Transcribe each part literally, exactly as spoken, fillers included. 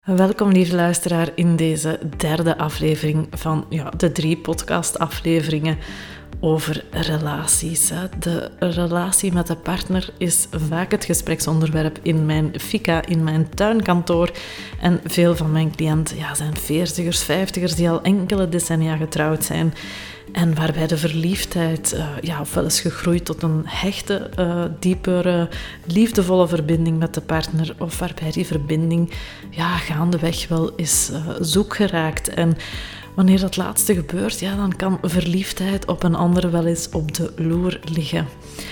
Welkom lieve luisteraar in deze derde aflevering van ja, de drie podcastafleveringen over relaties. De relatie met de partner is vaak het gespreksonderwerp in mijn fika, in mijn tuinkantoor. En veel van mijn cliënten ja, zijn veertigers, vijftigers die al enkele decennia getrouwd zijn. En waarbij de verliefdheid uh, ja, ofwel is gegroeid tot een hechte, uh, diepere, liefdevolle verbinding met de partner, of waarbij die verbinding ja, gaandeweg wel is uh, zoek geraakt. En wanneer dat laatste gebeurt, ja, dan kan verliefdheid op een ander wel eens op de loer liggen.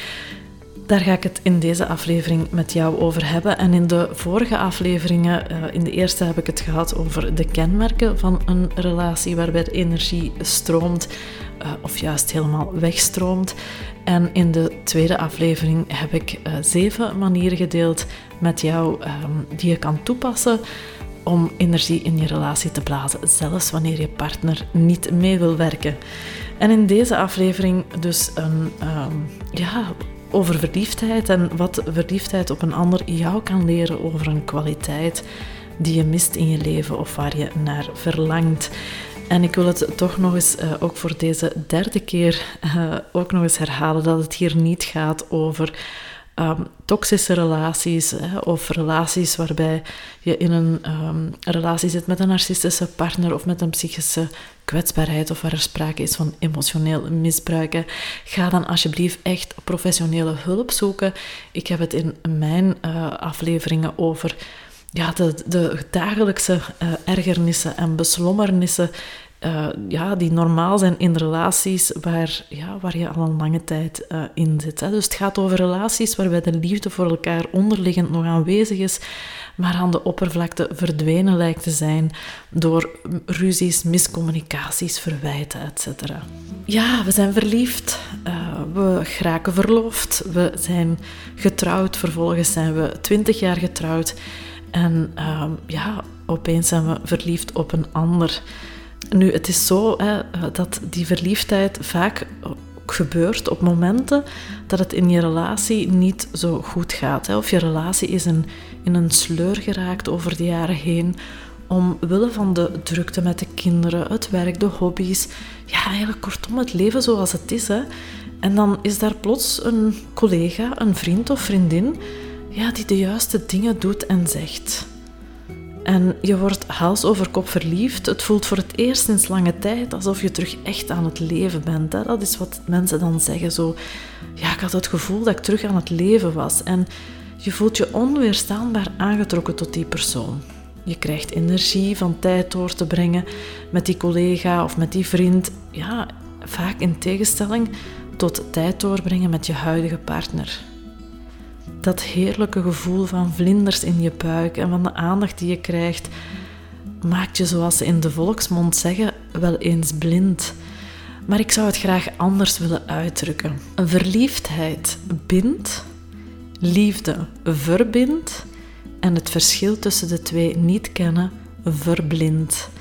Daar ga ik het in deze aflevering met jou over hebben. En in de vorige afleveringen, uh, in de eerste heb ik het gehad over de kenmerken van een relatie waarbij de energie stroomt, uh, of juist helemaal wegstroomt. En in de tweede aflevering heb ik uh, zeven manieren gedeeld met jou um, die je kan toepassen om energie in je relatie te blazen, zelfs wanneer je partner niet mee wil werken. En in deze aflevering dus een, um, ja... over verliefdheid en wat verliefdheid op een ander jou kan leren over een kwaliteit die je mist in je leven of waar je naar verlangt. En ik wil het toch nog eens, uh, ook voor deze derde keer, uh, ook nog eens herhalen dat het hier niet gaat over Um, toxische relaties, hè, of relaties waarbij je in een um, relatie zit met een narcistische partner of met een psychische kwetsbaarheid of waar er sprake is van emotioneel misbruik. Ga dan alsjeblieft echt professionele hulp zoeken. Ik heb het in mijn uh, afleveringen over ja, de, de dagelijkse uh, ergernissen en beslommernissen Uh, ja, die normaal zijn in relaties waar, ja, waar je al een lange tijd uh, in zit. Hè. Dus het gaat over relaties waarbij de liefde voor elkaar onderliggend nog aanwezig is, maar aan de oppervlakte verdwenen lijkt te zijn door ruzies, miscommunicaties, verwijten, et cetera. Ja, we zijn verliefd, uh, we geraken verloofd, we zijn getrouwd, vervolgens zijn we twintig jaar getrouwd en uh, ja, opeens zijn we verliefd op een ander. Nu, het is zo hè, dat die verliefdheid vaak ook gebeurt op momenten dat het in je relatie niet zo goed gaat. Hè. Of je relatie is in, in een sleur geraakt over de jaren heen, omwille van de drukte met de kinderen, het werk, de hobby's. Ja, eigenlijk kortom het leven zoals het is. Hè. En dan is daar plots een collega, een vriend of vriendin, ja, die de juiste dingen doet en zegt. En je wordt hals over kop verliefd. Het voelt voor het eerst sinds lange tijd alsof je terug echt aan het leven bent. Hè? Dat is wat mensen dan zeggen. Zo, ja, ik had het gevoel dat ik terug aan het leven was. En je voelt je onweerstaanbaar aangetrokken tot die persoon. Je krijgt energie van tijd door te brengen met die collega of met die vriend. Ja, vaak in tegenstelling tot tijd doorbrengen met je huidige partner. Dat heerlijke gevoel van vlinders in je buik en van de aandacht die je krijgt, maakt je, zoals ze in de volksmond zeggen, wel eens blind. Maar ik zou het graag anders willen uitdrukken. Verliefdheid bindt, liefde verbindt en het verschil tussen de twee niet kennen verblindt.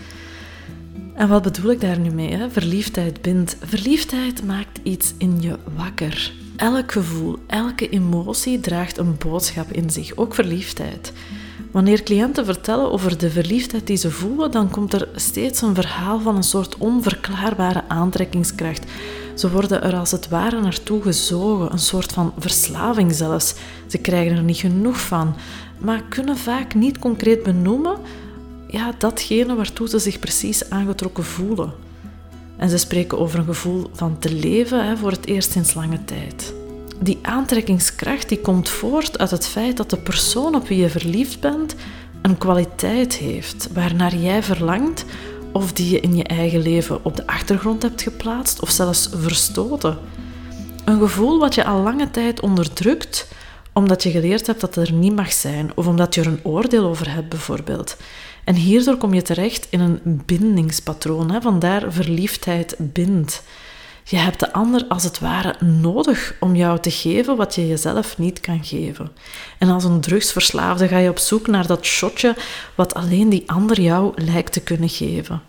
En wat bedoel ik daar nu mee? Hè? Verliefdheid bindt. Verliefdheid maakt iets in je wakker. Elk gevoel, elke emotie draagt een boodschap in zich, ook verliefdheid. Wanneer cliënten vertellen over de verliefdheid die ze voelen, dan komt er steeds een verhaal van een soort onverklaarbare aantrekkingskracht. Ze worden er als het ware naartoe gezogen, een soort van verslaving zelfs. Ze krijgen er niet genoeg van, maar kunnen vaak niet concreet benoemen ja, datgene waartoe ze zich precies aangetrokken voelen. En ze spreken over een gevoel van te leven hè, voor het eerst sinds lange tijd. Die aantrekkingskracht die komt voort uit het feit dat de persoon op wie je verliefd bent een kwaliteit heeft, waarnaar jij verlangt of die je in je eigen leven op de achtergrond hebt geplaatst of zelfs verstoten. Een gevoel wat je al lange tijd onderdrukt omdat je geleerd hebt dat het er niet mag zijn of omdat je er een oordeel over hebt bijvoorbeeld. En hierdoor kom je terecht in een bindingspatroon, hè? Vandaar verliefdheid bindt. Je hebt de ander als het ware nodig om jou te geven wat je jezelf niet kan geven. En als een drugsverslaafde ga je op zoek naar dat shotje wat alleen die ander jou lijkt te kunnen geven.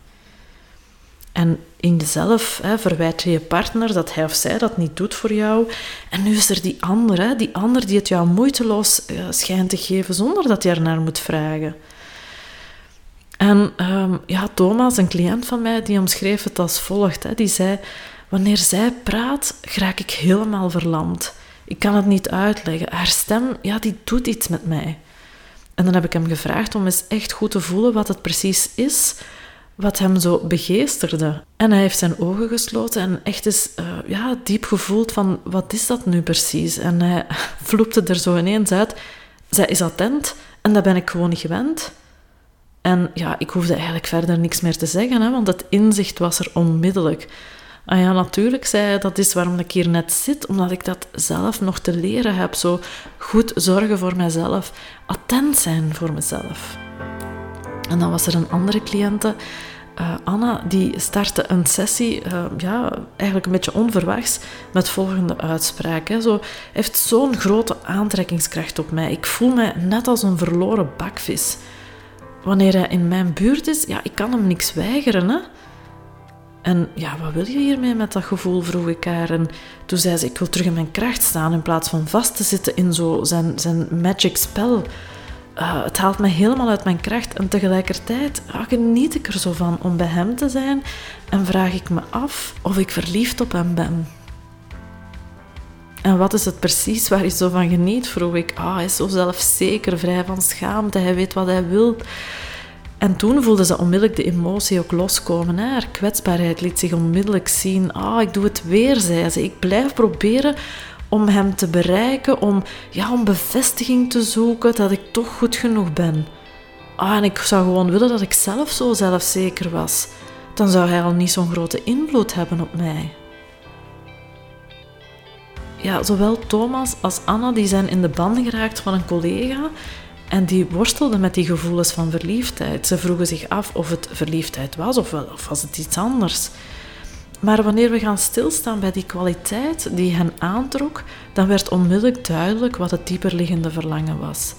En in jezelf hè, verwijt je je partner dat hij of zij dat niet doet voor jou. En nu is er die ander, hè, die ander die het jou moeiteloos uh, schijnt te geven zonder dat je ernaar moet vragen. En um, ja, Thomas, een cliënt van mij, die omschreef het als volgt. Hè. Die zei, wanneer zij praat, raak ik helemaal verlamd. Ik kan het niet uitleggen. Haar stem, ja, die doet iets met mij. En dan heb ik hem gevraagd om eens echt goed te voelen wat het precies is wat hem zo begeesterde. En hij heeft zijn ogen gesloten en echt eens uh, ja, diep gevoeld van, wat is dat nu precies? En hij vloepte er zo ineens uit, zij is attent en dat ben ik gewoon niet gewend. En ja, ik hoefde eigenlijk verder niks meer te zeggen, hè, want het inzicht was er onmiddellijk. Ah ja, natuurlijk, zei hij, dat is waarom ik hier net zit, omdat ik dat zelf nog te leren heb. Zo goed zorgen voor mezelf, attent zijn voor mezelf. En dan was er een andere cliënte, uh, Anna, die startte een sessie, uh, ja, eigenlijk een beetje onverwachts, met volgende uitspraak. Hè. Zo, hij heeft zo'n grote aantrekkingskracht op mij. Ik voel mij net als een verloren bakvis. Wanneer hij in mijn buurt is, ja, ik kan hem niks weigeren, hè. En ja, wat wil je hiermee met dat gevoel, vroeg ik haar. En toen zei ze, ik wil terug in mijn kracht staan in plaats van vast te zitten in zo zijn, zijn magic spel. Uh, het haalt me helemaal uit mijn kracht en tegelijkertijd ja, geniet ik er zo van om bij hem te zijn en vraag ik me af of ik verliefd op hem ben. En wat is het precies waar hij zo van geniet, vroeg ik. Ah, hij is zo zelfzeker, vrij van schaamte, hij weet wat hij wil. En toen voelde ze onmiddellijk de emotie ook loskomen. Hè. Haar kwetsbaarheid liet zich onmiddellijk zien. Ah, ik doe het weer, zei ze. Ik blijf proberen om hem te bereiken, om, ja, om bevestiging te zoeken dat ik toch goed genoeg ben. Ah, en ik zou gewoon willen dat ik zelf zo zelfzeker was. Dan zou hij al niet zo'n grote invloed hebben op mij. Ja, zowel Thomas als Anna die zijn in de band geraakt van een collega en die worstelden met die gevoelens van verliefdheid. Ze vroegen zich af of het verliefdheid was of, wel, of was het iets anders. Maar wanneer we gaan stilstaan bij die kwaliteit die hen aantrok, dan werd onmiddellijk duidelijk wat het dieperliggende verlangen was.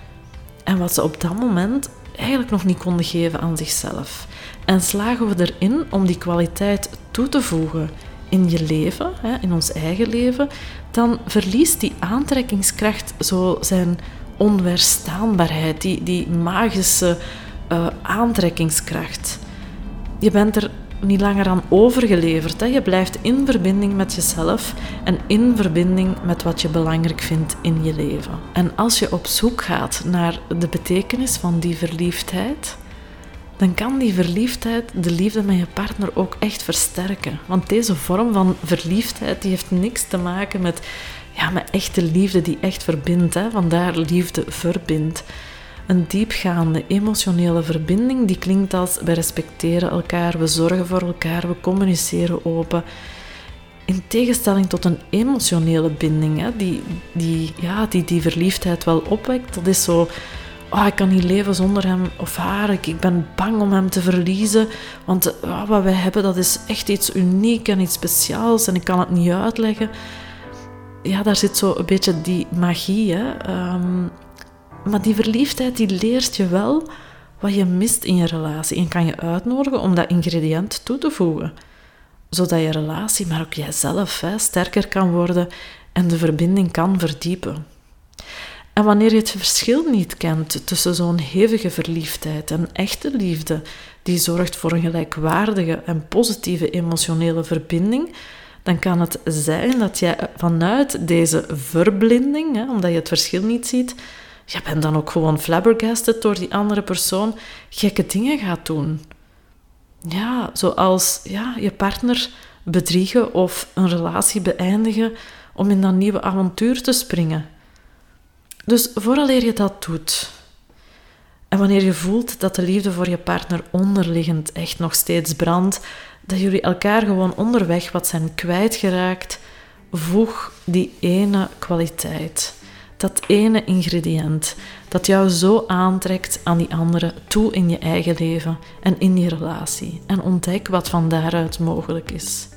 En wat ze op dat moment eigenlijk nog niet konden geven aan zichzelf. En slagen we erin om die kwaliteit toe te voegen in je leven, in ons eigen leven, dan verliest die aantrekkingskracht zo zijn onweerstaanbaarheid, die, die magische uh, aantrekkingskracht. Je bent er niet langer aan overgeleverd. Hè? Je blijft in verbinding met jezelf en in verbinding met wat je belangrijk vindt in je leven. En als je op zoek gaat naar de betekenis van die verliefdheid, dan kan die verliefdheid de liefde met je partner ook echt versterken. Want deze vorm van verliefdheid die heeft niks te maken met, ja, met echte liefde die echt verbindt. Hè? Vandaar liefde verbindt. Een diepgaande emotionele verbinding die klinkt als we respecteren elkaar, we zorgen voor elkaar, we communiceren open. In tegenstelling tot een emotionele binding, hè, die, die, ja, die die verliefdheid wel opwekt. Dat is zo, oh, ik kan niet leven zonder hem of haar, ik, ik ben bang om hem te verliezen, want oh, wat wij hebben, dat is echt iets uniek en iets speciaals en ik kan het niet uitleggen. Ja, daar zit zo een beetje die magie, hè. Um, Maar die verliefdheid die leert je wel wat je mist in je relatie en kan je uitnodigen om dat ingrediënt toe te voegen. Zodat je relatie, maar ook jijzelf, hè, sterker kan worden en de verbinding kan verdiepen. En wanneer je het verschil niet kent tussen zo'n hevige verliefdheid en echte liefde, die zorgt voor een gelijkwaardige en positieve emotionele verbinding, dan kan het zijn dat jij vanuit deze verblinding, hè, omdat je het verschil niet ziet, je bent dan ook gewoon flabbergasted door die andere persoon, gekke dingen gaat doen. Ja, zoals ja, je partner bedriegen of een relatie beëindigen om in dat nieuwe avontuur te springen. Dus vooraleer je dat doet, en wanneer je voelt dat de liefde voor je partner onderliggend echt nog steeds brandt, dat jullie elkaar gewoon onderweg wat zijn kwijtgeraakt, voeg die ene kwaliteit. Dat ene ingrediënt dat jou zo aantrekt aan die andere toe in je eigen leven en in die relatie. En ontdek wat van daaruit mogelijk is.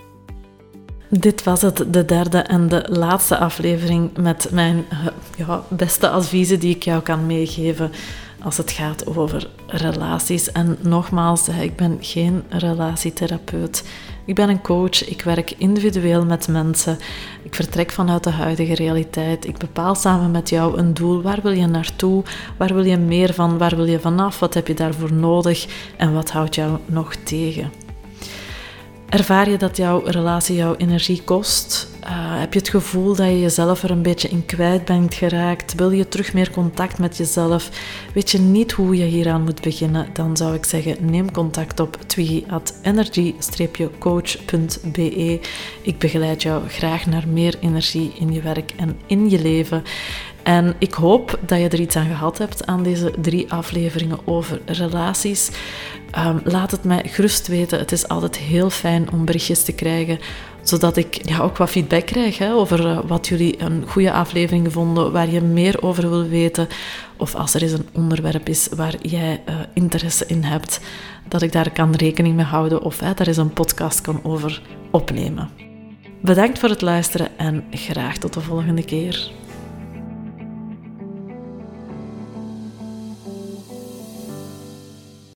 Dit was het, de derde en de laatste aflevering met mijn ja, beste adviezen die ik jou kan meegeven als het gaat over relaties. En nogmaals, ik ben geen relatietherapeut. Ik ben een coach, ik werk individueel met mensen. Ik vertrek vanuit de huidige realiteit. Ik bepaal samen met jou een doel. Waar wil je naartoe? Waar wil je meer van? Waar wil je vanaf? Wat heb je daarvoor nodig? En wat houdt jou nog tegen? Ervaar je dat jouw relatie jouw energie kost? Uh, heb je het gevoel dat je jezelf er een beetje in kwijt bent geraakt? Wil je terug meer contact met jezelf? Weet je niet hoe je hieraan moet beginnen? Dan zou ik zeggen, neem contact op twiggy at energy coach punt b e. Ik begeleid jou graag naar meer energie in je werk en in je leven. En ik hoop dat je er iets aan gehad hebt aan deze drie afleveringen over relaties. Um, laat het mij gerust weten. Het is altijd heel fijn om berichtjes te krijgen, zodat ik ja, ook wat feedback krijg hè, over uh, wat jullie een goede aflevering vonden, waar je meer over wil weten. Of als er eens een onderwerp is waar jij uh, interesse in hebt, dat ik daar kan rekening mee houden of hè, daar eens een podcast kan over opnemen. Bedankt voor het luisteren en graag tot de volgende keer.